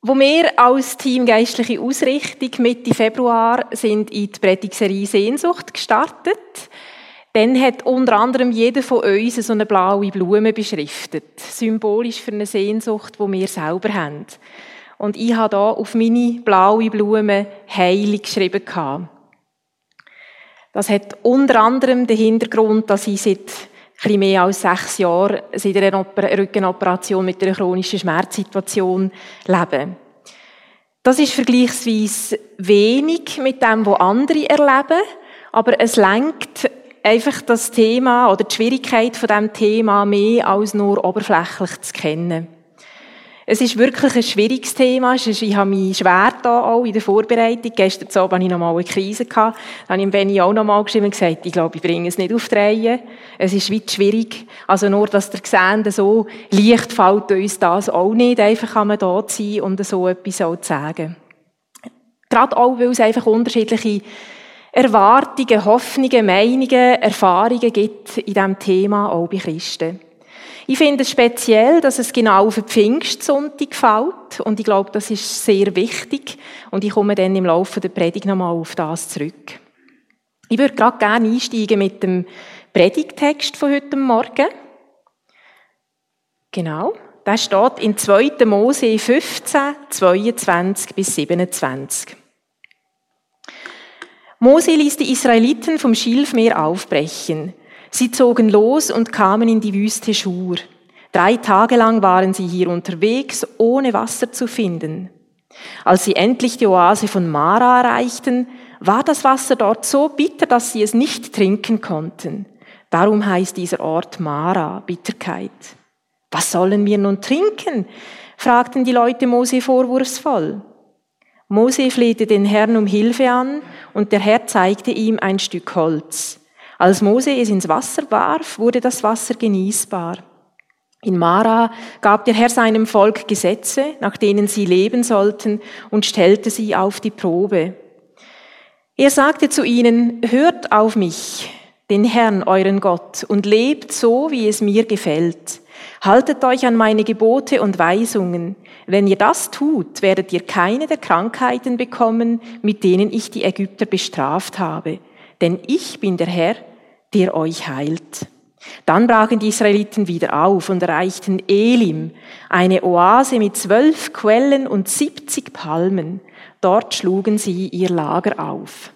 Wo wir als Team Geistliche Ausrichtung Mitte Februar sind in die Predigtserie Sehnsucht gestartet, dann hat unter anderem jeder von uns so eine blaue Blume beschriftet, symbolisch für eine Sehnsucht, die wir selber haben. Und ich habe hier auf meine blaue Blume Heilung geschrieben. Das hat unter anderem den Hintergrund, dass ich seit etwas mehr als 6 Jahren seit einer Rückenoperation mit einer chronischen Schmerzsituation lebe. Das ist vergleichsweise wenig mit dem, was andere erleben, aber es lenkt einfach das Thema oder die Schwierigkeit von diesem Thema mehr als nur oberflächlich zu kennen. Es ist wirklich ein schwieriges Thema. Ich habe mich schwer da auch in der Vorbereitung. Gestern Abend hatte ich noch mal eine Krise. Da habe ich Benni auch noch mal geschrieben und gesagt, ich glaube, ich bringe es nicht auf die Reihe. Es ist weit schwierig. Also nur, dass ihr seht, so leicht fällt uns das auch nicht. Einfach kann man da sein und so etwas auch zu sagen. Gerade auch, weil es einfach unterschiedliche Erwartungen, Hoffnungen, Meinungen, Erfahrungen gibt in diesem Thema, auch bei Christen. Ich finde es speziell, dass es genau auf den Pfingstsonntag fällt. Und ich glaube, das ist sehr wichtig. Und ich komme dann im Laufe der Predigt nochmal auf das zurück. Ich würde gerade gerne einsteigen mit dem Predigttext von heute Morgen. Genau. Der steht in 2. Mose 15, 22 bis 27. Mose ließ die Israeliten vom Schilfmeer aufbrechen. Sie zogen los und kamen in die Wüste Schur. 3 Tage lang waren sie hier unterwegs, ohne Wasser zu finden. Als sie endlich die Oase von Mara erreichten, war das Wasser dort so bitter, dass sie es nicht trinken konnten. Darum heißt dieser Ort Mara, Bitterkeit. Was sollen wir nun trinken? Fragten die Leute Mose vorwurfsvoll. Mose flehte den Herrn um Hilfe an und der Herr zeigte ihm ein Stück Holz. Als Mose es ins Wasser warf, wurde das Wasser genießbar. In Mara gab der Herr seinem Volk Gesetze, nach denen sie leben sollten, und stellte sie auf die Probe. Er sagte zu ihnen, hört auf mich, den Herrn, euren Gott, und lebt so, wie es mir gefällt. Haltet euch an meine Gebote und Weisungen. Wenn ihr das tut, werdet ihr keine der Krankheiten bekommen, mit denen ich die Ägypter bestraft habe. Denn ich bin der Herr, der euch heilt. Dann brachen die Israeliten wieder auf und erreichten Elim, eine Oase mit 12 Quellen und 70 Palmen. Dort schlugen sie ihr Lager auf.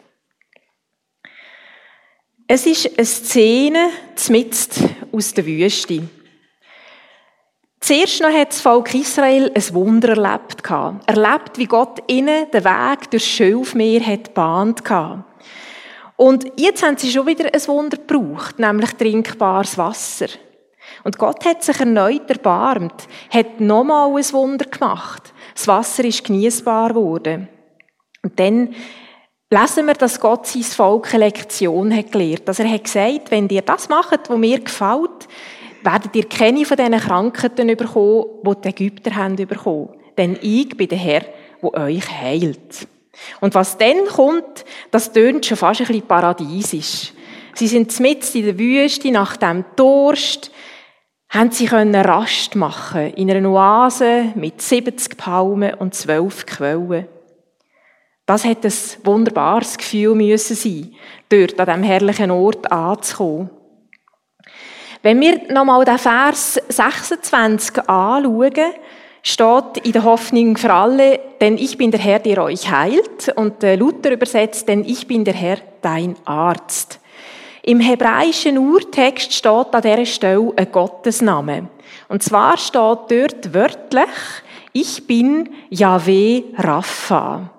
Es ist eine Szene mitten aus der Wüste. Zuerst noch hat das Volk Israel ein Wunder erlebt. Erlebt, wie Gott ihnen den Weg durchs Schilfmeer hat gebahnt. Und jetzt haben sie schon wieder ein Wunder gebraucht, nämlich trinkbares Wasser. Und Gott hat sich erneut erbarmt, hat nochmal ein Wunder gemacht. Das Wasser ist genießbar geworden. Und dann lesen wir, dass Gott sein Volk eine Lektion hat gelehrt. Dass er hat gesagt, wenn ihr das macht, was mir gefällt, werdet ihr keine von diesen Krankheiten bekommen, die die Ägypter haben bekommen. Denn ich bin der Herr, der euch heilt. Und was dann kommt, das tönt schon fast ein bisschen paradiesisch. Sie sind mitten in der Wüste, nach dem Durst, haben sie Rast machen in einer Oase mit 70 Palmen und 12 Quellen. Das hat ein wunderbares Gefühl müssen sein, dort an diesem herrlichen Ort anzukommen. Wenn wir nochmal den Vers 26 anschauen, steht in der Hoffnung für alle, denn ich bin der Herr, der euch heilt. Und Luther übersetzt, denn ich bin der Herr, dein Arzt. Im hebräischen Urtext steht an dieser Stelle ein Gottesname. Und zwar steht dort wörtlich, ich bin Jahwe Rapha.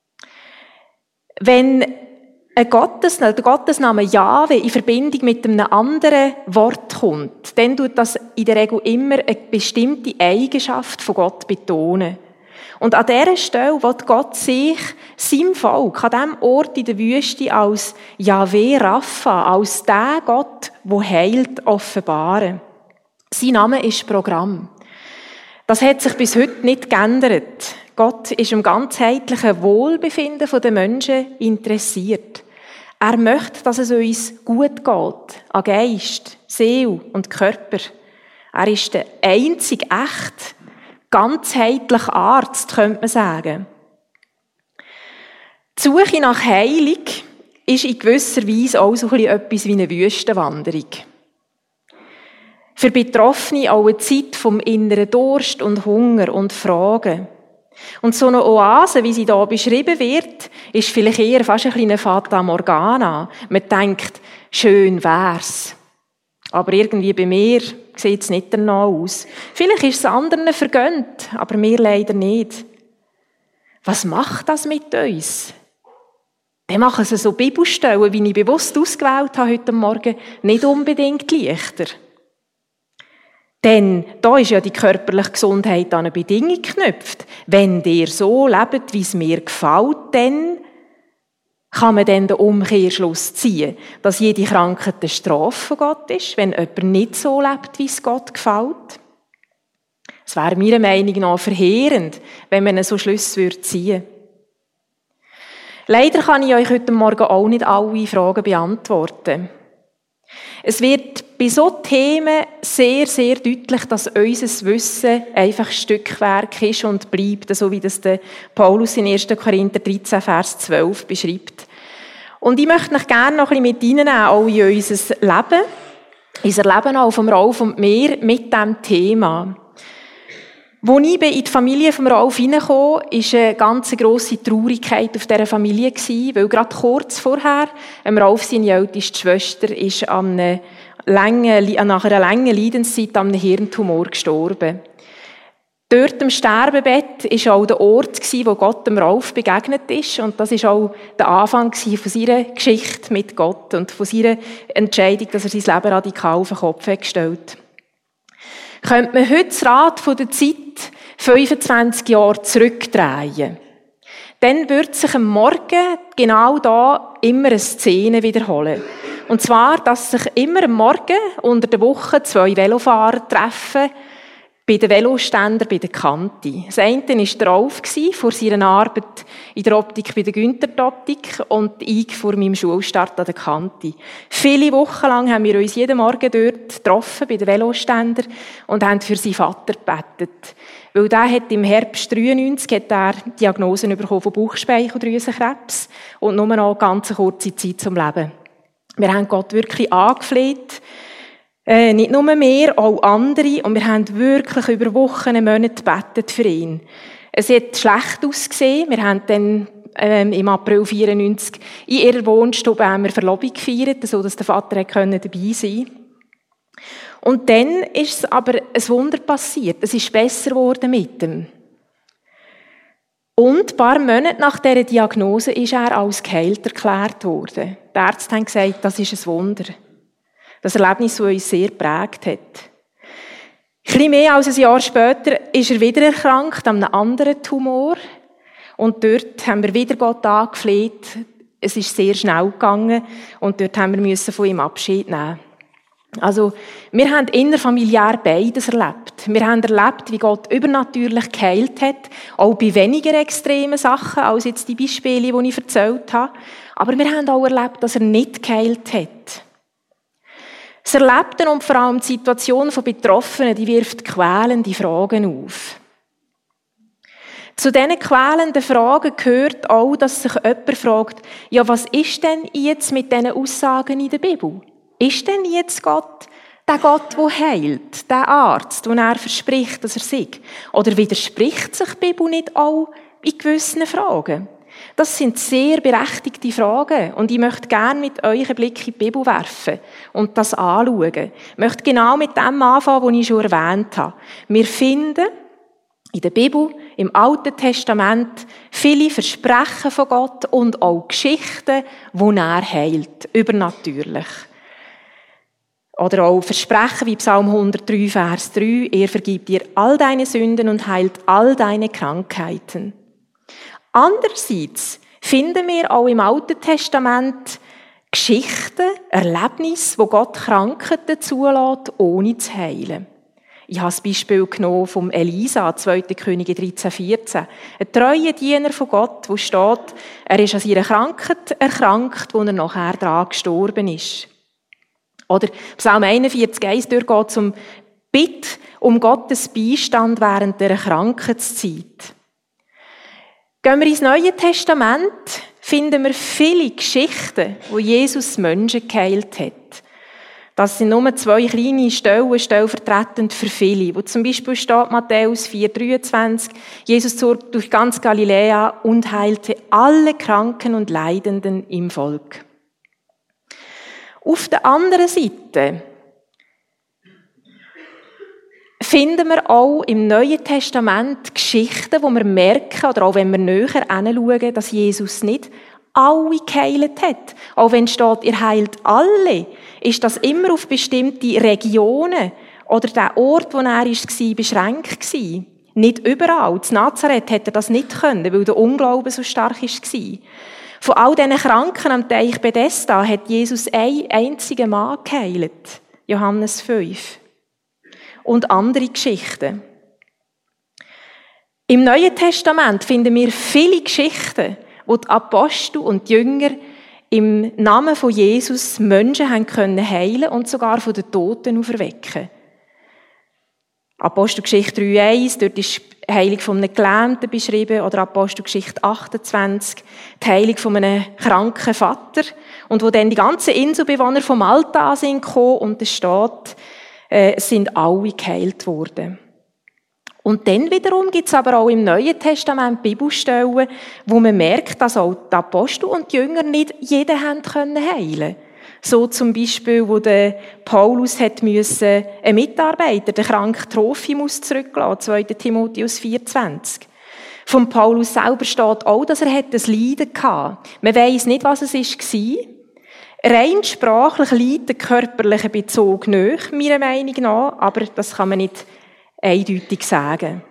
Wenn der Gottesname Jahwe in Verbindung mit einem anderen Wort kommt, dann tut das in der Regel immer eine bestimmte Eigenschaft von Gott betonen. Und an dieser Stelle will Gott sich seinem Volk, an diesem Ort in der Wüste, als Jahwe Rapha, als der Gott, der heilt, offenbaren. Sein Name ist Programm. Das hat sich bis heute nicht geändert. Gott ist am ganzheitlichen Wohlbefinden der Menschen interessiert. Er möchte, dass es uns gut geht, an Geist, Seele und Körper. Er ist der einzig echt ganzheitlicher Arzt, könnte man sagen. Die Suche nach Heilung ist in gewisser Weise auch so etwas wie eine Wüstenwanderung. Für Betroffene auch eine Zeit vom inneren Durst und Hunger und Fragen. Und so eine Oase, wie sie hier beschrieben wird, ist vielleicht eher fast ein kleiner Fata Morgana. Man denkt, schön wär's. Aber irgendwie bei mir sieht es nicht danach aus. Vielleicht ist es anderen vergönnt, aber mir leider nicht. Was macht das mit uns? Dann machen sie so Bibelstellen, wie ich bewusst ausgewählt habe heute Morgen, nicht unbedingt leichter. Denn da ist ja die körperliche Gesundheit an eine Bedingung geknüpft. Wenn ihr so lebt, wie es mir gefällt, dann kann man dann den Umkehrschluss ziehen, dass jede Krankheit eine Strafe von Gott ist, wenn jemand nicht so lebt, wie es Gott gefällt. Es wäre meiner Meinung nach verheerend, wenn man so Schlüsse ziehen würde. Leider kann ich euch heute Morgen auch nicht alle Fragen beantworten. Es wird bei solchen Themen sehr, sehr deutlich, dass unser Wissen einfach Stückwerk ist und bleibt, so wie das der Paulus in 1. Korinther 13, Vers 12 beschreibt. Und ich möchte euch gerne noch ein bisschen mit reinnehmen, auch in unser Leben auch vom Rolf und mir mit diesem Thema. Als ich in die Familie vom Rolf hineinkam, war eine ganz grosse Traurigkeit auf dieser Familie, weil gerade kurz vorher Rolf, seine älteste Schwester, ist nach einer langen Leidenszeit an einem Hirntumor gestorben. Dort am Sterbebett war auch der Ort, wo Gott dem Rolf begegnet ist. Und das war auch der Anfang von seiner Geschichte mit Gott und von seiner Entscheidung, dass er sein Leben radikal auf den Kopf gestellt hat. Könnte man heute das Rad von der Zeit 25 Jahre zurückdrehen, dann würde sich am Morgen genau da immer eine Szene wiederholen. Und zwar, dass sich immer am Morgen unter der Woche 2 Velofahrer treffen, bei den Veloständern, bei der Kante. Das eine war der Rolf vor seiner Arbeit in der Optik bei der Günther-Optik und ich vor meinem Schulstart an der Kante. Viele Wochen lang haben wir uns jeden Morgen dort getroffen, bei den Veloständern, und haben für seinen Vater gebetet. Weil der hat im Herbst 93 Diagnosen bekommen von Bauchspeicheldrüsenkrebs und nur noch eine ganz kurze Zeit zum Leben. Wir haben Gott wirklich angefleht, nicht nur wir, auch andere. Und wir haben wirklich über Wochen, Monate gebetet für ihn. Es hat schlecht ausgesehen. Wir haben dann im April 94 in ihrer Wohnstube eine Verlobung gefeiert, sodass der Vater dabei sein konnte. Und dann ist aber ein Wunder passiert. Es ist besser geworden mit ihm. Und ein paar Monate nach dieser Diagnose ist er als geheilt erklärt worden. Die Ärzte haben gesagt, das ist ein Wunder. Das Erlebnis, das uns sehr geprägt hat. Ein bisschen mehr als ein Jahr später ist er wieder erkrankt an einem anderen Tumor. Und dort haben wir wieder Gott angefleht. Es ist sehr schnell gegangen. Und dort haben wir von ihm Abschied nehmen. Also, wir haben innerfamiliär beides erlebt. Wir haben erlebt, wie Gott übernatürlich geheilt hat. Auch bei weniger extremen Sachen, als jetzt die Beispiele, die ich erzählt habe. Aber wir haben auch erlebt, dass er nicht geheilt hat. Das Erlebte und vor allem die Situation von Betroffenen, die wirft quälende Fragen auf. Zu diesen quälenden Fragen gehört auch, dass sich jemand fragt, ja, was ist denn jetzt mit diesen Aussagen in der Bibel? Ist denn jetzt Gott der Gott, der heilt, der Arzt, den er verspricht, dass er sei? Oder widerspricht sich die Bibel nicht auch in gewissen Fragen? Das sind sehr berechtigte Fragen und ich möchte gerne mit euch einen Blick in die Bibel werfen und das anschauen. Ich möchte genau mit dem anfangen, was ich schon erwähnt habe. Wir finden in der Bibel, im Alten Testament, viele Versprechen von Gott und auch Geschichten, die er heilt, übernatürlich. Oder auch Versprechen wie Psalm 103, Vers 3, er vergibt dir all deine Sünden und heilt all deine Krankheiten. Andererseits finden wir auch im Alten Testament Geschichten, Erlebnisse, wo Gott Krankheiten zulässt, ohne zu heilen. Ich habe das Beispiel genommen vom Elisa, 2. Könige 13, 14. Ein treuer Diener von Gott, wo steht, er ist an seiner Krankheit erkrankt, wo er nachher daran gestorben ist. Oder Psalm 41, 1, dort geht es um Bitte um Gottes Beistand während dieser Krankheitszeit. Gehen wir ins Neue Testament, finden wir viele Geschichten, wo Jesus Menschen geheilt hat. Das sind nur 2 kleine Stellen, stellvertretend für viele. Wo zum Beispiel steht Matthäus 4,23, Jesus zog durch ganz Galiläa und heilte alle Kranken und Leidenden im Volk. Auf der anderen Seite finden wir auch im Neuen Testament Geschichten, wo wir merken, oder auch wenn wir näher hinschauen, dass Jesus nicht alle geheilt hat. Auch wenn steht, er heilt alle, ist das immer auf bestimmte Regionen oder der Ort, wo er war, beschränkt gewesen. Nicht überall. In Nazareth hätte er das nicht können, weil der Unglaube so stark war. Von all diesen Kranken am Teich Bethesda hat Jesus einen einzigen Mann geheilt. Johannes 5. Und andere Geschichten. Im Neuen Testament finden wir viele Geschichten, wo die Apostel und die Jünger im Namen von Jesus Menschen haben können heilen und sogar von den Toten auferwecken. Apostelgeschichte 3,1, dort ist die Heilung von einem Gelähmten beschrieben, oder Apostelgeschichte 28, die Heilung von einem kranken Vater. Und wo dann die ganzen Inselbewohner vom Altar sind gekommen und es steht, sind alle geheilt worden. Und dann wiederum gibt es aber auch im Neuen Testament Bibelstellen, wo man merkt, dass auch die Apostel und die Jünger nicht jeden haben heilen können. So zum Beispiel, wo der Paulus einen Mitarbeiter, den kranken Trophimus, zurücklassen, 2. Timotheus 4,20. Von Paulus selber steht auch, dass er ein Leiden hatte. Man weiss nicht, was es war. Rein sprachlich liegt der körperliche Bezug nicht, meiner Meinung nach, aber das kann man nicht eindeutig sagen.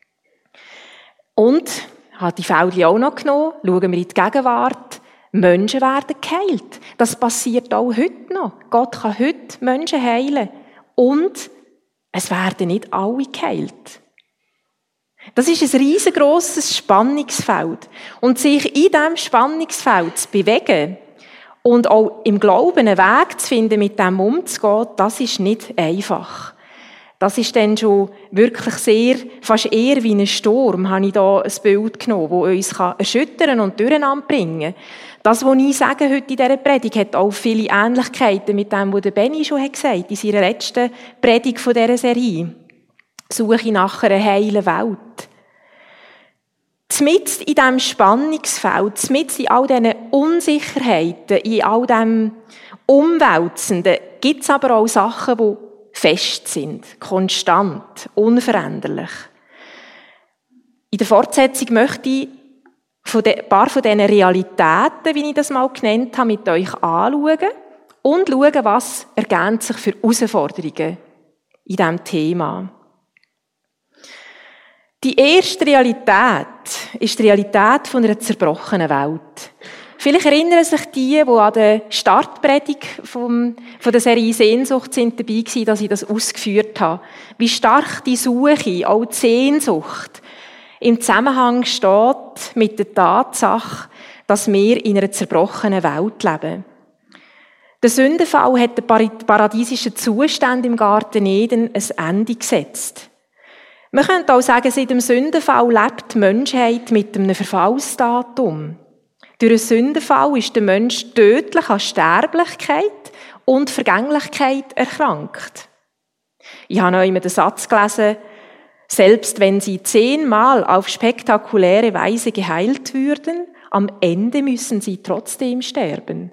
Und, hat die Fälle auch noch genommen, schauen wir in die Gegenwart, Menschen werden geheilt. Das passiert auch heute noch. Gott kann heute Menschen heilen. Und es werden nicht alle geheilt. Das ist ein riesengroßes Spannungsfeld. Und sich in diesem Spannungsfeld zu bewegen und auch im Glauben einen Weg zu finden, mit dem umzugehen, das ist nicht einfach. Das ist dann schon wirklich fast eher wie ein Sturm, habe ich da ein Bild genommen, das uns erschüttern und durcheinander bringen kann. Das, was ich sage heute in dieser Predigt, hat auch viele Ähnlichkeiten mit dem, was Benni schon gesagt hat, in seiner letzten Predigt von dieser Serie. Suche nach einer heilen Welt. Mitten in diesem Spannungsfeld, mitten in all diesen Unsicherheiten, in all diesem Umwälzenden, gibt es aber auch Sachen, die fest sind, konstant, unveränderlich. In der Fortsetzung möchte ich ein paar von diesen Realitäten, wie ich das mal genannt habe, mit euch anschauen und schauen, was ergänzt sich für Herausforderungen in diesem Thema. Die erste Realität ist die Realität von einer zerbrochenen Welt. Vielleicht erinnern sich die an der Startpredigt von der Serie Sehnsucht sind dabei gewesen, dass ich das ausgeführt habe. Wie stark die Suche, auch die Sehnsucht, im Zusammenhang steht mit der Tatsache, dass wir in einer zerbrochenen Welt leben. Der Sündenfall hat den paradiesischen Zustand im Garten Eden ein Ende gesetzt. Man könnte auch sagen, seit dem Sündenfall lebt die Menschheit mit einem Verfallsdatum. Durch den Sündenfall ist der Mensch tödlich an Sterblichkeit und Vergänglichkeit erkrankt. Ich habe noch einmal den Satz gelesen, selbst wenn sie 10-mal auf spektakuläre Weise geheilt würden, am Ende müssen sie trotzdem sterben.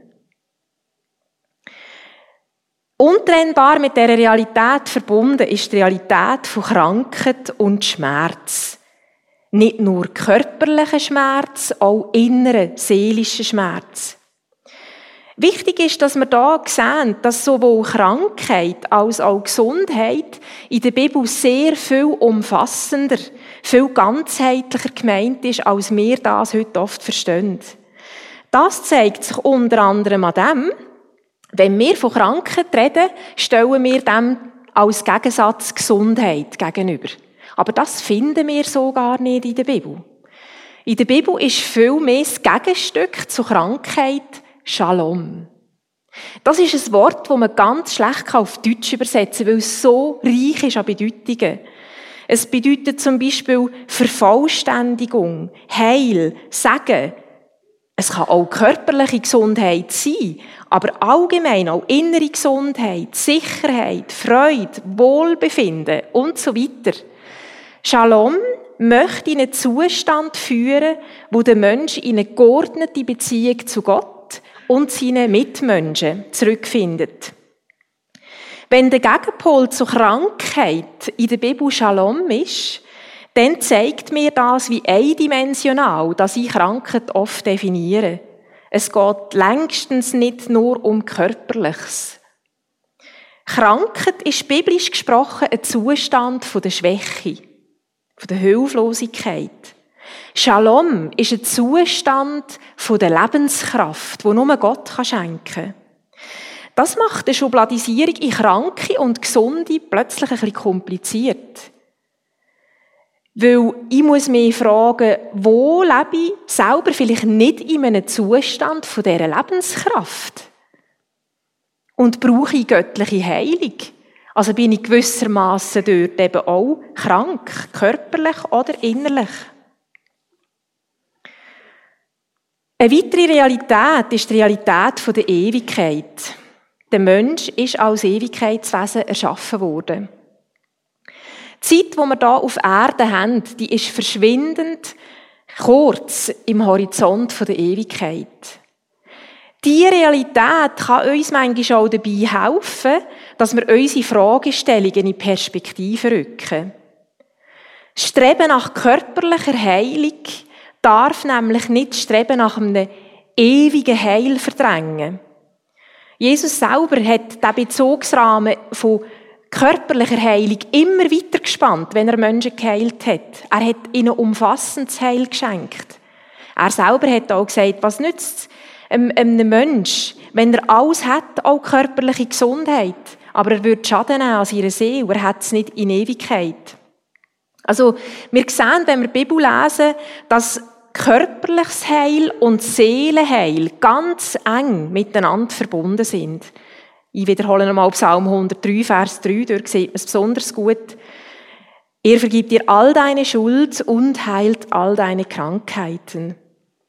Untrennbar mit dieser Realität verbunden ist die Realität von Krankheit und Schmerz. Nicht nur körperlicher Schmerz, auch innerer, seelischer Schmerz. Wichtig ist, dass wir hier sehen, dass sowohl Krankheit als auch Gesundheit in der Bibel sehr viel umfassender, viel ganzheitlicher gemeint ist, als wir das heute oft verstehen. Das zeigt sich unter anderem an dem, wenn wir von Krankheit reden, stellen wir dem als Gegensatz Gesundheit gegenüber. Aber das finden wir so gar nicht in der Bibel. In der Bibel ist viel mehr das Gegenstück zur Krankheit Shalom. Das ist ein Wort, das man ganz schlecht auf Deutsch übersetzen kann, weil es so reich ist an Bedeutungen. Es bedeutet zum Beispiel Vervollständigung, Heil, Segen. Es kann auch körperliche Gesundheit sein, aber allgemein auch innere Gesundheit, Sicherheit, Freude, Wohlbefinden und so weiter. Shalom möchte in einen Zustand führen, wo der Mensch in eine geordnete Beziehung zu Gott und seinen Mitmenschen zurückfindet. Wenn der Gegenpol zur Krankheit in der Bibel Shalom ist, dann zeigt mir das, wie eindimensional, dass ich Krankheit oft definiere. Es geht längstens nicht nur um Körperliches. Krankheit ist biblisch gesprochen ein Zustand der Schwäche, der Hilflosigkeit. Shalom ist ein Zustand der Lebenskraft, wo nur Gott schenken kann. Das macht eine Schubladisierung in Kranke und Gesunde plötzlich ein bisschen kompliziert. Weil ich muss mich fragen, wo lebe ich selber vielleicht nicht in einem Zustand von dieser Lebenskraft? Und brauche ich göttliche Heilung? Also bin ich gewissermaßen dort eben auch krank, körperlich oder innerlich? Eine weitere Realität ist die Realität der Ewigkeit. Der Mensch ist als Ewigkeitswesen erschaffen worden. Die Zeit, die wir hier auf Erde haben, die ist verschwindend kurz im Horizont der Ewigkeit. Diese Realität kann uns manchmal auch dabei helfen, dass wir unsere Fragestellungen in Perspektive rücken. Das Streben nach körperlicher Heilung darf nämlich nicht das Streben nach einem ewigen Heil verdrängen. Jesus selber hat den Bezugsrahmen von körperlicher Heilung immer weiter gespannt, wenn er Menschen geheilt hat. Er hat ihnen umfassendes Heil geschenkt. Er selber hat auch gesagt, was nützt es einem Menschen, wenn er alles hat, auch körperliche Gesundheit, aber er würde Schaden nehmen an seiner Seele, er hat es nicht in Ewigkeit. Also, wir sehen, wenn wir die Bibel lesen, dass körperliches Heil und Seelenheil ganz eng miteinander verbunden sind. Ich wiederhole nochmal Psalm 103, Vers 3, dort sieht man es besonders gut. Er vergibt dir all deine Schuld und heilt all deine Krankheiten.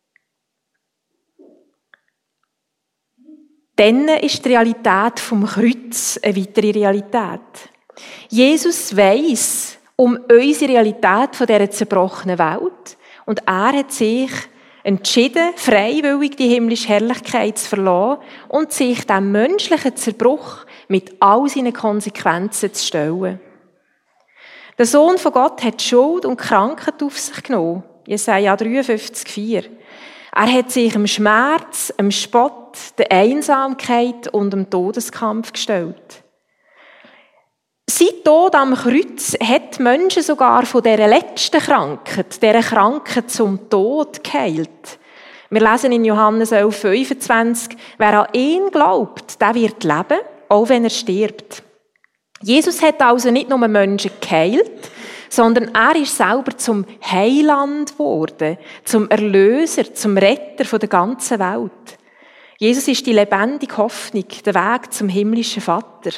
Dann ist die Realität vom Kreuz eine weitere Realität. Jesus weiss um unsere Realität von dieser zerbrochenen Welt und er hat sich entschieden, freiwillig die himmlische Herrlichkeit zu verlassen und sich dem menschlichen Zerbruch mit all seinen Konsequenzen zu stellen. Der Sohn von Gott hat Schuld und Krankheit auf sich genommen. Jesaja 53,4. Er hat sich dem Schmerz, dem Spott, der Einsamkeit und dem Todeskampf gestellt. Sein Tod am Kreuz hat die Menschen sogar von dieser letzten Krankheit, dieser Krankheit zum Tod geheilt. Wir lesen in Johannes 11,25, wer an ihn glaubt, der wird leben, auch wenn er stirbt. Jesus hat also nicht nur Menschen geheilt, sondern er ist selber zum Heiland geworden, zum Erlöser, zum Retter der ganzen Welt. Jesus ist die lebendige Hoffnung, der Weg zum himmlischen Vater.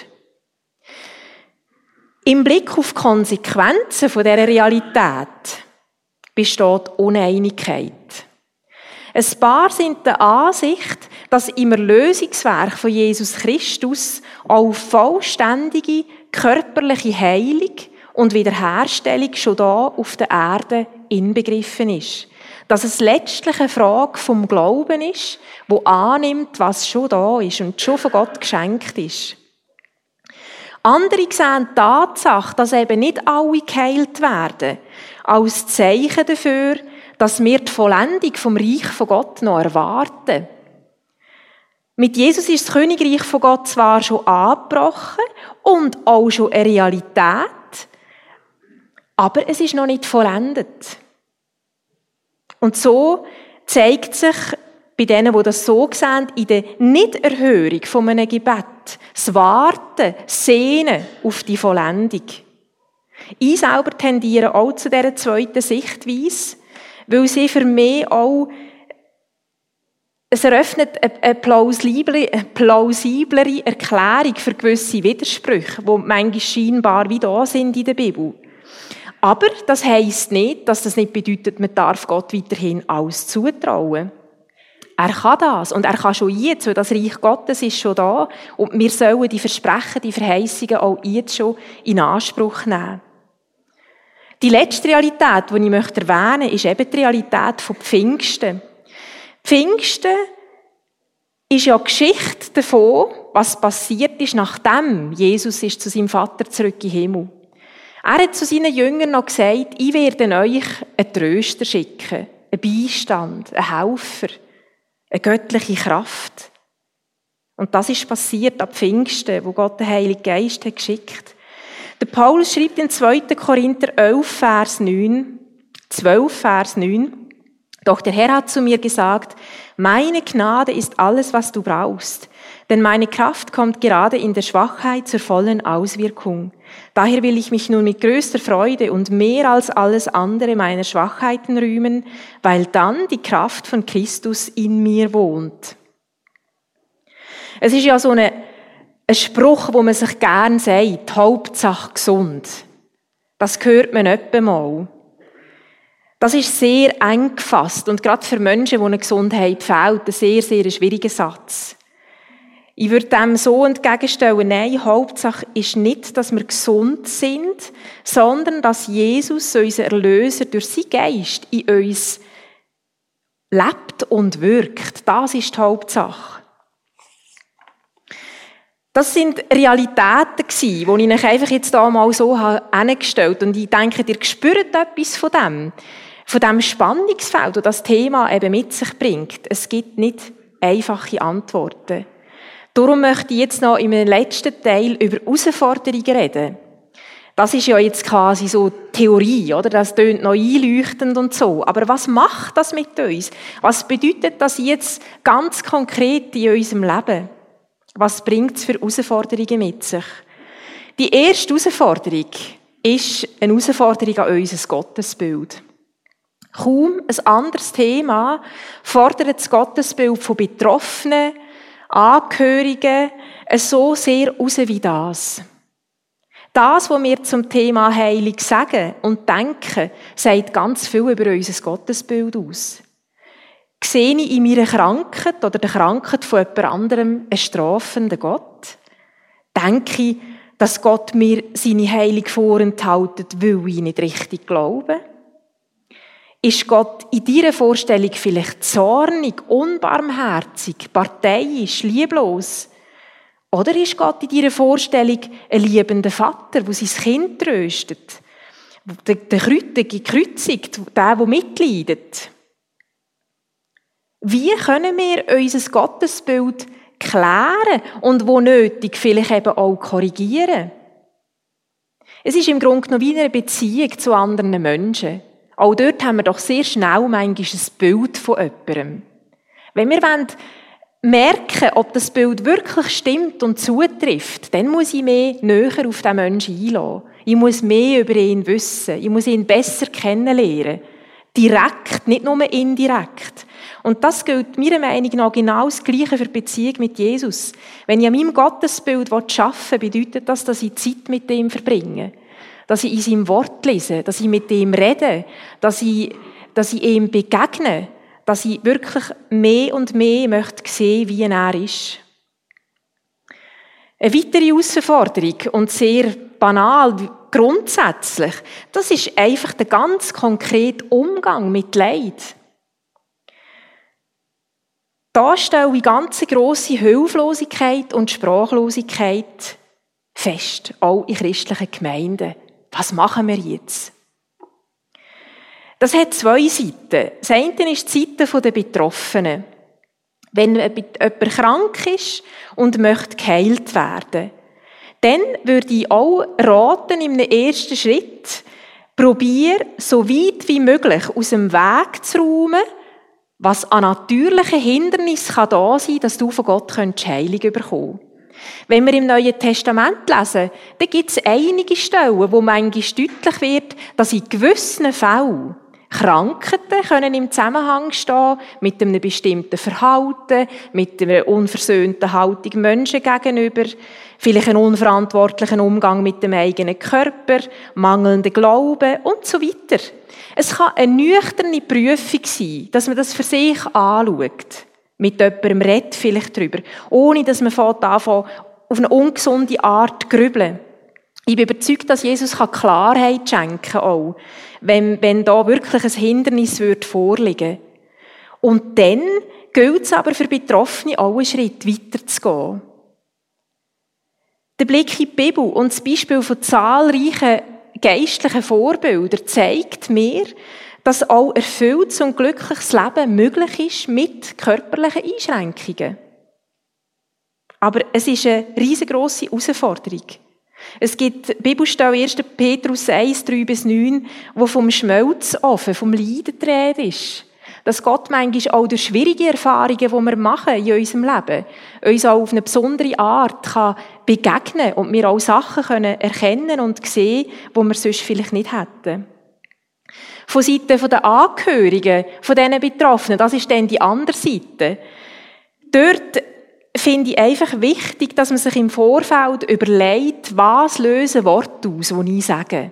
Im Blick auf die Konsequenzen dieser Realität besteht Uneinigkeit. Ein paar sind der Ansicht, dass im Erlösungswerk von Jesus Christus auch vollständige körperliche Heilung und Wiederherstellung schon da auf der Erde inbegriffen ist. Dass es letztlich eine Frage vom Glauben ist, wo annimmt, was schon da ist und schon von Gott geschenkt ist. Andere sehen die Tatsache, dass eben nicht alle geheilt werden, als Zeichen dafür, dass wir die Vollendung vom Reich von Gott noch erwarten. Mit Jesus ist das Königreich von Gott zwar schon angebrochen und auch schon eine Realität, aber es ist noch nicht vollendet. Und so zeigt sich bei denen, die das so sehen, in der Nichterhörung von einem Gebet, das Warten, Sehnen auf die Vollendung. Ich selber tendiere auch zu dieser zweiten Sichtweise, weil sie für mich auch Es eröffnet eine plausiblere Erklärung für gewisse Widersprüche, die manchmal scheinbar wie da sind in der Bibel. Aber das heisst nicht, dass das nicht bedeutet, man darf Gott weiterhin alles zutrauen. Er kann das und er kann schon jetzt, weil das Reich Gottes ist schon da und wir sollen die Versprechen, die Verheißungen auch jetzt schon in Anspruch nehmen. Die letzte Realität, die ich erwähnen möchte, ist eben die Realität von Pfingsten. Pfingsten ist ja die Geschichte davon, was passiert ist, nachdem Jesus ist zu seinem Vater zurück in den Himmel. Er hat zu seinen Jüngern noch gesagt, ich werde euch einen Tröster schicken, einen Beistand, einen Helfer, eine göttliche Kraft. Und das ist passiert ab Pfingsten, wo Gott den Heiligen Geist hat geschickt. Der Paulus schreibt in 2. Korinther 11, Vers 9, 12, Vers 9, doch der Herr hat zu mir gesagt, meine Gnade ist alles, was du brauchst, denn meine Kraft kommt gerade in der Schwachheit zur vollen Auswirkung. Daher will ich mich nun mit größter Freude und mehr als alles andere meiner Schwachheiten rühmen, weil dann die Kraft von Christus in mir wohnt. Es ist ja so ein Spruch, wo man sich gern sagt, Hauptsache gesund. Das hört man etwa mal. Das ist sehr eng gefasst und gerade für Menschen, die eine Gesundheit fehlt, ein sehr, sehr schwieriger Satz. Ich würde dem so entgegenstellen, nein, Hauptsache ist nicht, dass wir gesund sind, sondern dass Jesus, unser Erlöser, durch seinen Geist in uns lebt und wirkt. Das ist die Hauptsache. Das sind Realitäten gewesen, die ich euch einfach jetzt hier mal so hingestellt habe. Und ich denke, ihr spürt etwas von dem Spannungsfeld, das das Thema eben mit sich bringt. Es gibt nicht einfache Antworten. Darum möchte ich jetzt noch im letzten Teil über Herausforderungen reden. Das ist ja jetzt quasi so Theorie, oder? Das tönt noch einleuchtend und so. Aber was macht das mit uns? Was bedeutet das jetzt ganz konkret in unserem Leben? Was bringt es für Herausforderungen mit sich? Die erste Herausforderung ist eine Herausforderung an unser Gottesbild. Kaum ein anderes Thema fordert das Gottesbild von Betroffenen, Angehörigen so sehr raus wie das. Das, was wir zum Thema Heilung sagen und denken, sagt ganz viel über unser Gottesbild aus. Sehe ich in meiner Krankheit oder der Krankheit von jemand anderem einen strafenden Gott? Denke ich, dass Gott mir seine Heilung vorenthaltet, weil ich nicht richtig glaube? Ist Gott in deiner Vorstellung vielleicht zornig, unbarmherzig, parteiisch, lieblos? Oder ist Gott in deiner Vorstellung ein liebender Vater, der sein Kind tröstet? Der gekreuzigt, der mitleidet? Wie können wir unser Gottesbild klären und wo nötig vielleicht eben auch korrigieren? Es ist im Grunde genommen wie eine Beziehung zu anderen Menschen. Auch dort haben wir doch sehr schnell manchmal ein Bild von jemandem. Wenn wir merken, ob das Bild wirklich stimmt und zutrifft, dann muss ich mich näher auf diesen Menschen einlassen. Ich muss mehr über ihn wissen. Ich muss ihn besser kennenlernen. Direkt, nicht nur indirekt. Und das gilt meiner Meinung nach genau das Gleiche für die Beziehung mit Jesus. Wenn ich an meinem Gottesbild arbeiten will, bedeutet das, dass ich Zeit mit ihm verbringe. Dass ich in seinem Wort lese, dass ich mit ihm rede, dass ich ihm begegne, dass ich wirklich mehr und mehr möchte sehen, wie er ist. Eine weitere Herausforderung und sehr banal, grundsätzlich, das ist einfach der ganz konkrete Umgang mit Leid. Da stelle ich ganz grosse Hilflosigkeit und Sprachlosigkeit fest, auch in christlichen Gemeinden. Was machen wir jetzt? Das hat zwei Seiten. Das eine ist die Seite der Betroffenen. Wenn jemand krank ist und möchte geheilt werden, dann würde ich auch raten, in einem ersten Schritt, probier so weit wie möglich aus dem Weg zu räumen, was an natürlichen Hindernissen da sein kann, dass du von Gott Heilung bekommen kannst. Wenn wir im Neuen Testament lesen, dann gibt es einige Stellen, wo manchmal deutlich wird, dass in gewissen Fällen Krankheiten können im Zusammenhang stehen mit einem bestimmten Verhalten, mit einer unversöhnten Haltung Menschen gegenüber, vielleicht einen unverantwortlichen Umgang mit dem eigenen Körper, mangelnden Glauben und so weiter. Es kann eine nüchterne Prüfung sein, dass man das für sich anschaut. Mit jemandem redet vielleicht darüber, ohne dass man auf eine ungesunde Art grübeln. Ich bin überzeugt, dass Jesus Klarheit schenken kann, auch wenn da wirklich ein Hindernis vorliegen würde. Und dann gilt es aber für Betroffene auch einen Schritt weiter zu gehen. Der Blick in die Bibel und das Beispiel von zahlreichen geistlichen Vorbildern zeigt mir, dass auch erfülltes und glückliches Leben möglich ist mit körperlichen Einschränkungen. Aber es ist eine riesengroße Herausforderung. Es gibt Bibelstellen 1. Petrus 1, 3-9, wo vom Schmelzofen, vom Leiden die Rede ist. Dass Gott manchmal auch durch schwierige Erfahrungen, die wir machen in unserem Leben, uns auch auf eine besondere Art kann begegnen und wir auch Sachen können erkennen und sehen, die wir sonst vielleicht nicht hätten. Von Seiten der Angehörigen, von diesen Betroffenen, das ist dann die andere Seite. Dort finde ich einfach wichtig, dass man sich im Vorfeld überlegt, was lösen Worte aus, die ich sage.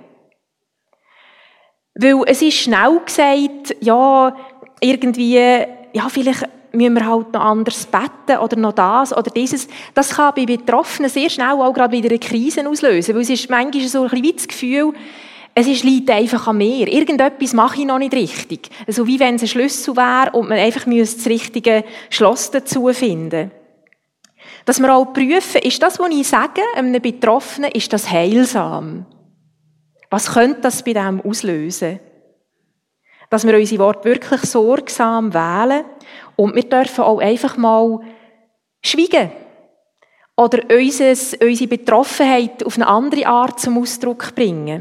Weil es ist schnell gesagt, ja, irgendwie, ja, vielleicht müssen wir halt noch anders beten oder noch das oder dieses. Das kann bei Betroffenen sehr schnell auch gerade wieder eine Krise auslösen, weil es ist manchmal so ein bisschen wie das Gefühl, liegt einfach an mir. Irgendetwas mache ich noch nicht richtig. So wie wenn es ein Schlüssel wäre und man einfach das richtige Schloss dazu finden. Dass wir auch prüfen, ist das, was ich sage, einem Betroffenen, ist das heilsam? Was könnte das bei dem auslösen? Dass wir unsere Worte wirklich sorgsam wählen und wir dürfen auch einfach mal schweigen. Oder unsere Betroffenheit auf eine andere Art zum Ausdruck bringen.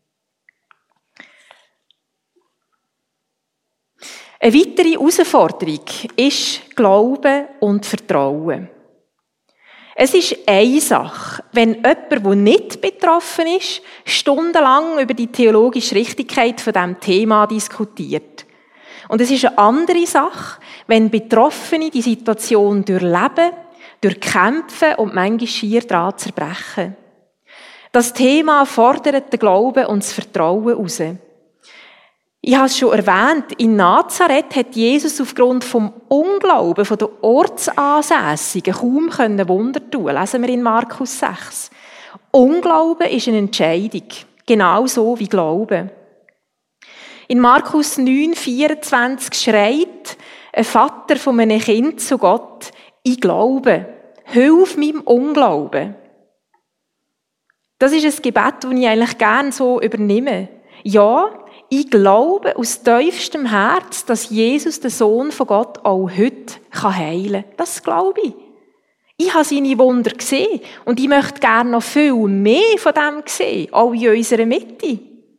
Eine weitere Herausforderung ist Glauben und Vertrauen. Es ist eine Sache, wenn jemand, der nicht betroffen ist, stundenlang über die theologische Richtigkeit von diesem Thema diskutiert. Und es ist eine andere Sache, wenn Betroffene die Situation durchleben, durchkämpfen und manchmal schier daran zerbrechen. Das Thema fordert den Glauben und das Vertrauen heraus. Ich habe es schon erwähnt, in Nazareth hat Jesus aufgrund vom Unglauben der Ortsansässigen kaum Wunder tun können. Lesen wir in Markus 6. Unglauben ist eine Entscheidung, genauso wie Glauben. In Markus 9,24 schreit ein Vater von einem Kind zu Gott, ich glaube, hilf meinem Unglauben. Das ist ein Gebet, das ich eigentlich gerne so übernehme. Ja, ich glaube aus tiefstem Herz, dass Jesus, der Sohn von Gott, auch heute heilen kann. Das glaube ich. Ich habe seine Wunder gesehen und ich möchte gerne noch viel mehr von dem sehen, auch in unserer Mitte.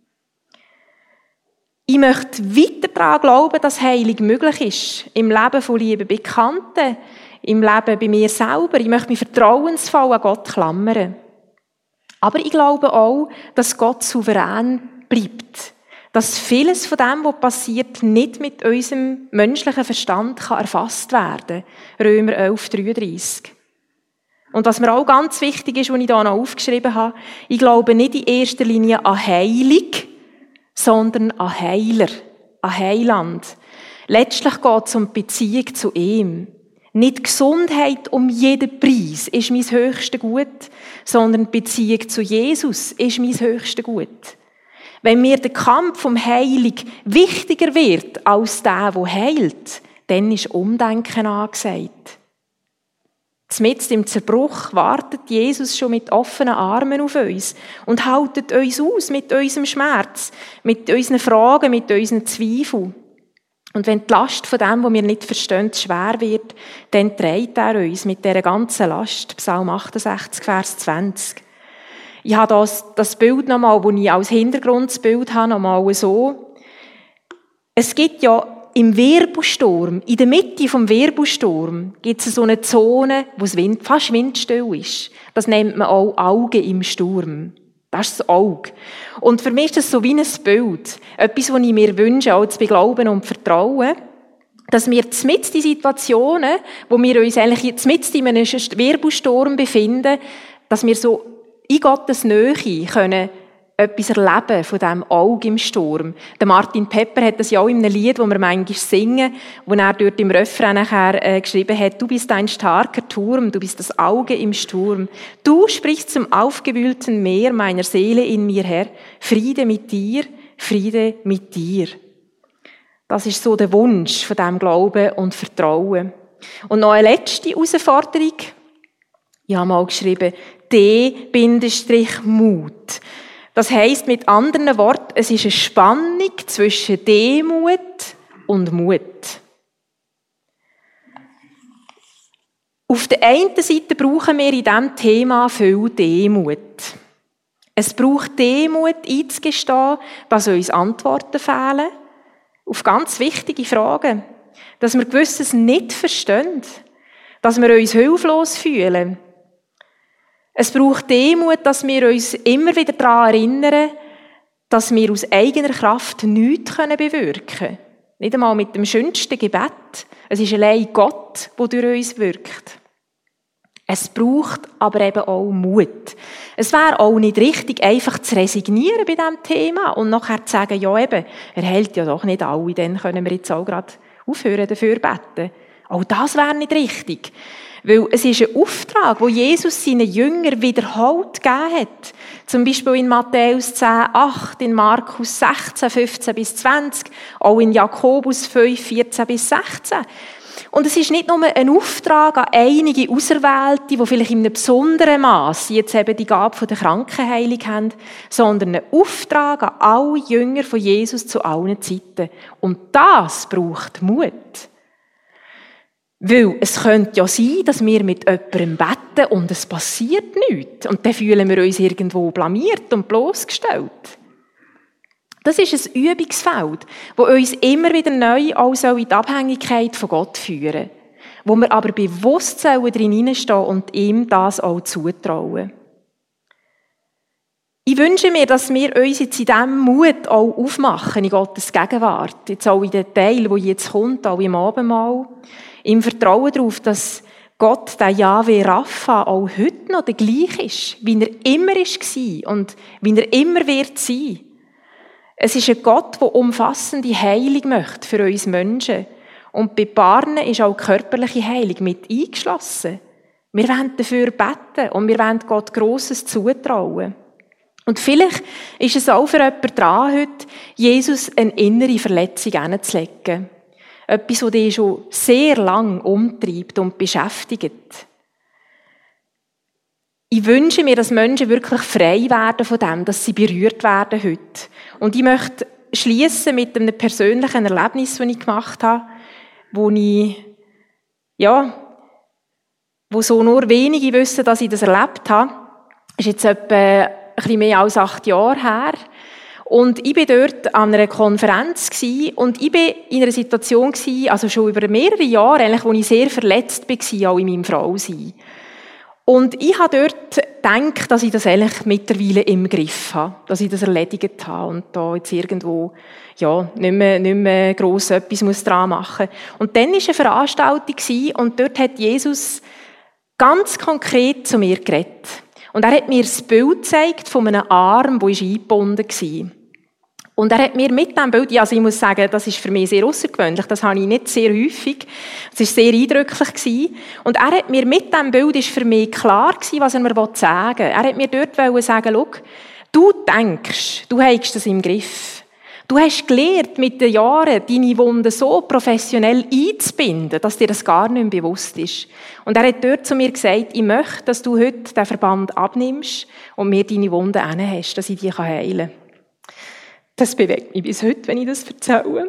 Ich möchte weiter daran glauben, dass Heilung möglich ist. Im Leben von lieben Bekannten, im Leben bei mir selber. Ich möchte mich vertrauensvoll an Gott klammern. Aber ich glaube auch, dass Gott souverän bleibt. Dass vieles von dem, was passiert, nicht mit unserem menschlichen Verstand erfasst werden kann. Römer 11,33. Und was mir auch ganz wichtig ist, was ich hier noch aufgeschrieben habe, ich glaube nicht in erster Linie an Heilung, sondern an Heiler, an Heiland. Letztlich geht es um die Beziehung zu ihm. Nicht Gesundheit um jeden Preis ist mein höchstes Gut, sondern die Beziehung zu Jesus ist mein höchstes Gut. Wenn mir der Kampf um Heilung wichtiger wird als der heilt, dann ist Umdenken angesagt. Mitten im Zerbruch wartet Jesus schon mit offenen Armen auf uns und haltet uns aus mit unserem Schmerz, mit unseren Fragen, mit unseren Zweifeln. Und wenn die Last von dem, was wir nicht verstehen, schwer wird, dann trägt er uns mit dieser ganzen Last. Psalm 68, Vers 20. Ich habe das Bild nochmal, das ich als Hintergrundbild habe, nochmal so. Es gibt ja im Wirbelsturm, in der Mitte vom Wirbelsturm, gibt es so eine Zone, wo es fast windstill ist. Das nennt man auch Augen im Sturm. Das ist das Auge. Und für mich ist das so wie ein Bild. Etwas, was ich mir wünsche, auch zu beglauben und vertrauen, dass wir mitten in Situationen, wo wir uns eigentlich mitten in einem Wirbelsturm befinden, dass wir so in Gottes Nähe können etwas erleben von diesem Auge im Sturm. Der Martin Pepper hat das ja auch in einem Lied, das wir manchmal singen, wo er dort im Refrain nachher geschrieben hat, du bist ein starker Turm, du bist das Auge im Sturm. Du sprichst zum aufgewühlten Meer meiner Seele in mir her, Friede mit dir, Friede mit dir. Das ist so der Wunsch von diesem Glauben und Vertrauen. Und noch eine letzte Herausforderung. Ich habe mal geschrieben, D-Mut. Das heisst mit anderen Worten, es ist eine Spannung zwischen Demut und Mut. Auf der einen Seite brauchen wir in diesem Thema viel Demut. Es braucht Demut, einzugestehen, dass uns Antworten fehlen. Auf ganz wichtige Fragen. Dass wir Gewisses nicht verstehen. Dass wir uns hilflos fühlen. Es braucht Demut, dass wir uns immer wieder daran erinnern, dass wir aus eigener Kraft nichts bewirken können. Nicht einmal mit dem schönsten Gebet. Es ist allein Gott, der durch uns wirkt. Es braucht aber eben auch Mut. Es wäre auch nicht richtig, einfach zu resignieren bei diesem Thema und nachher zu sagen, ja eben, er hält ja doch nicht alle, dann können wir jetzt auch gerade aufhören, dafür beten. Auch das wäre nicht richtig. Weil es ist ein Auftrag, den Jesus seinen Jüngern wiederholt gegeben hat. Zum Beispiel in Matthäus 10,8, in Markus 16, 15 bis 20, auch in Jakobus 5, 14 bis 16. Und es ist nicht nur ein Auftrag an einige Auserwählte, die vielleicht in einem besonderen Maß jetzt eben die Gabe der Krankenheilung haben, sondern ein Auftrag an alle Jünger von Jesus zu allen Zeiten. Und das braucht Mut. Weil es könnte ja sein, dass wir mit jemandem beten und es passiert nichts. Und dann fühlen wir uns irgendwo blamiert und bloßgestellt. Das ist ein Übungsfeld, das uns immer wieder neu auch in die Abhängigkeit von Gott führen soll. Wo wir aber bewusst drin hineinstehen und ihm das auch zutrauen. Ich wünsche mir, dass wir uns jetzt in diesem Mut auch aufmachen in Gottes Gegenwart. Jetzt auch in den Teil, der jetzt kommt, auch im Abendmahl. Im Vertrauen darauf, dass Gott, der Jahwe Rapha, auch heute noch der gleiche ist, wie er immer war und wie er immer wird sein. Es ist ein Gott, der umfassende Heilung möchte für uns Menschen. Und bei Paaren ist auch körperliche Heilung mit eingeschlossen. Wir wollen dafür beten und wir wollen Gott Grosses zutrauen. Und vielleicht ist es auch für jemanden dran, heute Jesus eine innere Verletzung hinzulegen. Etwas, das dich schon sehr lang umtreibt und beschäftigt. Ich wünsche mir, dass Menschen wirklich frei werden von dem, dass sie berührt werden heute. Und ich möchte schließen mit einem persönlichen Erlebnis, das ich gemacht habe, wo so nur wenige wissen, dass ich das erlebt habe. Das ist jetzt etwa ein bisschen mehr als 8 Jahre her. Und ich war dort an einer Konferenz und ich war in einer Situation, also schon über mehrere Jahre, eigentlich, wo ich sehr verletzt war, auch in meinem Frausein. Und ich habe dort gedacht, dass ich das eigentlich mittlerweile im Griff habe, dass ich das erledigt habe und da jetzt irgendwo nicht mehr gross etwas dran machen muss. Und dann war eine Veranstaltung und dort hat Jesus ganz konkret zu mir geredet. Und er hat mir das Bild gezeigt von einem Arm, der eingebunden war. Und er hat mir mit diesem Bild, also ich muss sagen, das ist für mich sehr außergewöhnlich, das habe ich nicht sehr häufig, es war sehr eindrücklich gewesen. Und er hat mir mit diesem Bild, ist für mich klar gewesen, was er mir sagen wollte. Er hat mir dort sagen, schau, du denkst, du hast das im Griff. Du hast gelernt, mit den Jahren deine Wunden so professionell einzubinden, dass dir das gar nicht mehr bewusst ist. Und er hat dort zu mir gesagt, ich möchte, dass du heute den Verband abnimmst und mir deine Wunden hast, dass ich die heilen kann. Das bewegt mich bis heute, wenn ich das erzähle.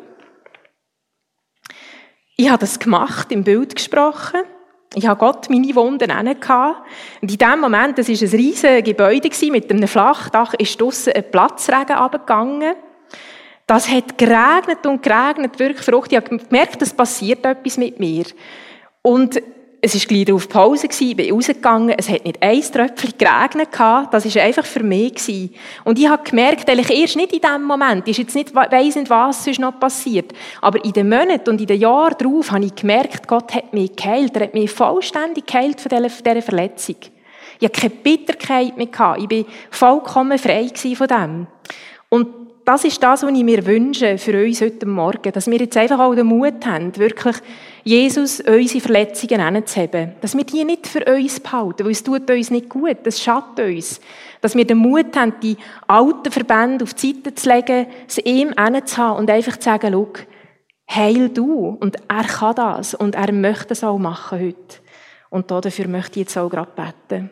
Ich habe das gemacht, im Bild gesprochen. Ich habe Gott meine Wunden gehabt. Und in dem Moment, das war ein riesiges Gebäude mit einem Flachdach, ist draussen ein Platzregen runtergegangen. Das hat geregnet und geregnet, wirklich verrückt. Ich habe gemerkt, es passiert etwas mit mir. Und es war gleich auf Pause, ich bin rausgegangen, es hat nicht ein Tröpfchen geregnet, das war einfach für mich. Und ich habe gemerkt, eigentlich erst nicht in dem Moment, ich weiss nicht, was sonst noch passiert, aber in den Monaten und in den Jahren darauf habe ich gemerkt, Gott hat mich geheilt, er hat mich vollständig geheilt von dieser Verletzung. Ich hatte keine Bitterkeit mehr, ich war vollkommen frei von dem. Und das ist das, was ich mir wünsche für uns heute Morgen, dass wir jetzt einfach auch den Mut haben, wirklich Jesus unsere Verletzungen hinzuheben. Dass wir die nicht für uns behalten, weil es tut uns nicht gut, das schadet uns. Dass wir den Mut haben, die alten Verbände auf die Seite zu legen, es ihm hinzuhaben und einfach zu sagen, schau, heil du. Und er kann das und er möchte es auch machen heute. Und dafür möchte ich jetzt auch gerade beten.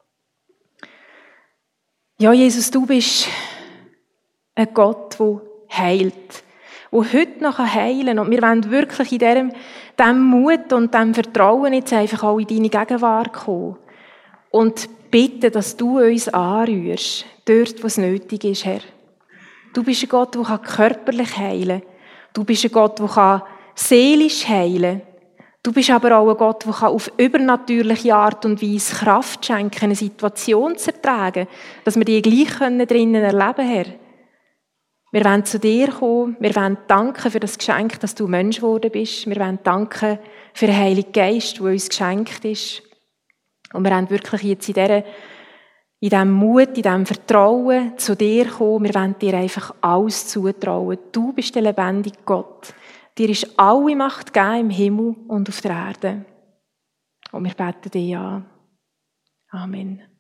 Ja, Jesus, du bist ein Gott, der heilt, der heute noch heilen kann. Und wir wollen wirklich in diesem Mut und diesem Vertrauen jetzt einfach auch in deine Gegenwart kommen. Und bitten, dass du uns anrührst, dort, wo es nötig ist, Herr. Du bist ein Gott, der körperlich heilen kann. Du bist ein Gott, der seelisch heilen kann. Du bist aber auch ein Gott, der auf übernatürliche Art und Weise Kraft schenken kann, eine Situation zu ertragen, dass wir die gleich drinnen erleben können, Herr. Wir wollen zu dir kommen. Wir wollen danken für das Geschenk, dass du Mensch geworden bist. Wir wollen danken für den Heiligen Geist, der uns geschenkt ist. Und wir wollen wirklich jetzt in diesem Mut, in diesem Vertrauen zu dir kommen. Wir wollen dir einfach alles zutrauen. Du bist der lebendige Gott. Dir ist alle Macht gegeben im Himmel und auf der Erde. Und wir beten dich an. Amen.